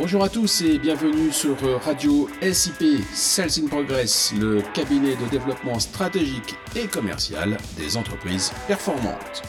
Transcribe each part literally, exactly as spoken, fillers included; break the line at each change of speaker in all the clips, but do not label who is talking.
Bonjour à tous et bienvenue sur Radio S I P, Sales in Progress, le cabinet de développement stratégique et commercial des entreprises performantes.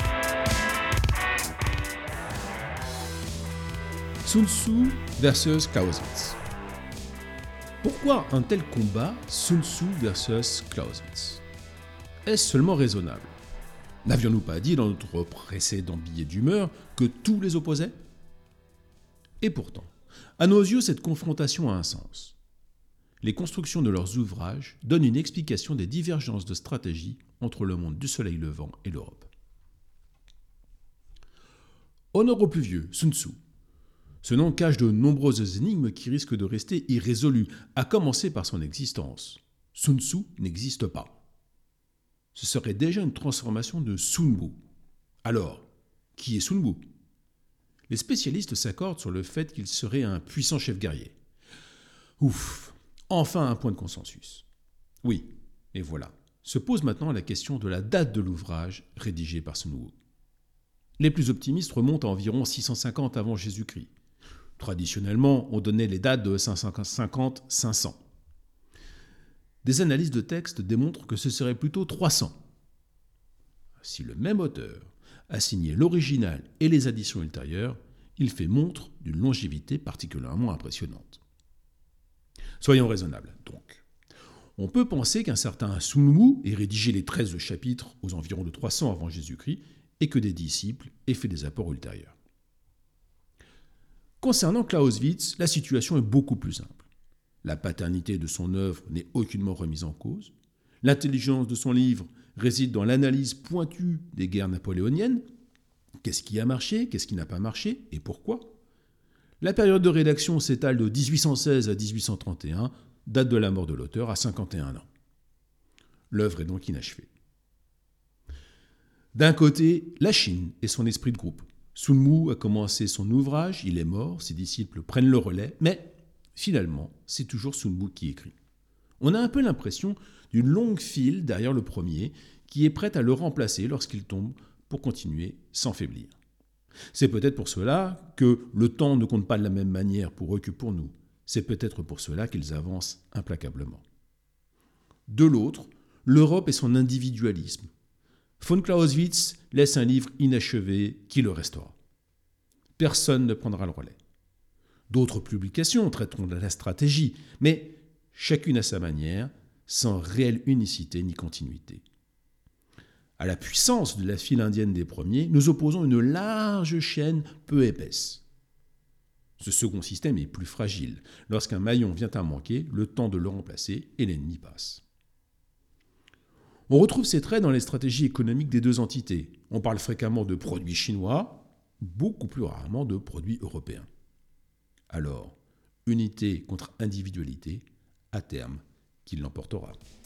Sun Tzu versus Clausewitz. Pourquoi un tel combat Sun Tzu versus Clausewitz? Est-ce seulement raisonnable? N'avions-nous pas dit dans notre précédent billet d'humeur que tout les opposait? Et pourtant, à nos yeux, cette confrontation a un sens. Les constructions de leurs ouvrages donnent une explication des divergences de stratégie entre le monde du soleil levant et l'Europe. Honneur au plus vieux, Sun Tzu. Ce nom cache de nombreuses énigmes qui risquent de rester irrésolues, à commencer par son existence. Sun Tzu n'existe pas. Ce serait déjà une transformation de Sun Bu. Alors, qui est Sun Bu? Les spécialistes s'accordent sur le fait qu'il serait un puissant chef guerrier. Ouf, enfin un point de consensus. Oui, et voilà, se pose maintenant la question de la date de l'ouvrage rédigé par Sun Bu. Les plus optimistes remontent à environ six cent cinquante avant Jésus-Christ. Traditionnellement, on donnait les dates de cinq cent cinquante à cinq cents. Des analyses de textes démontrent que ce serait plutôt trois cents. Si le même auteur a signé l'original et les additions ultérieures, il fait montre d'une longévité particulièrement impressionnante. Soyons raisonnables, donc. On peut penser qu'un certain Sun Bu ait rédigé les treize chapitres aux environs de trois cents avant Jésus-Christ et que des disciples aient fait des apports ultérieurs. Concernant Clausewitz, la situation est beaucoup plus simple. La paternité de son œuvre n'est aucunement remise en cause. L'intelligence de son livre réside dans l'analyse pointue des guerres napoléoniennes. Qu'est-ce qui a marché, qu'est-ce qui n'a pas marché et pourquoi? La période de rédaction s'étale de dix-huit cent seize à dix-huit cent trente et un, date de la mort de l'auteur à cinquante et un ans. L'œuvre est donc inachevée. D'un côté, la Chine et son esprit de groupe. Sun Bu a commencé son ouvrage, il est mort, ses disciples prennent le relais, mais finalement, c'est toujours Sun Bu qui écrit. On a un peu l'impression d'une longue file derrière le premier qui est prête à le remplacer lorsqu'il tombe pour continuer sans faiblir. C'est peut-être pour cela que le temps ne compte pas de la même manière pour eux que pour nous. C'est peut-être pour cela qu'ils avancent implacablement. De l'autre, l'Europe et son individualisme. Von Clausewitz laisse un livre inachevé qui le restera. Personne ne prendra le relais. D'autres publications traiteront de la stratégie, mais chacune à sa manière, sans réelle unicité ni continuité. À la puissance de la file indienne des premiers, nous opposons une large chaîne peu épaisse. Ce second système est plus fragile. Lorsqu'un maillon vient à manquer, le temps de le remplacer et l'ennemi passe. On retrouve ces traits dans les stratégies économiques des deux entités. On parle fréquemment de produits chinois, beaucoup plus rarement de produits européens. Alors, unité contre individualité, à terme, qui l'emportera.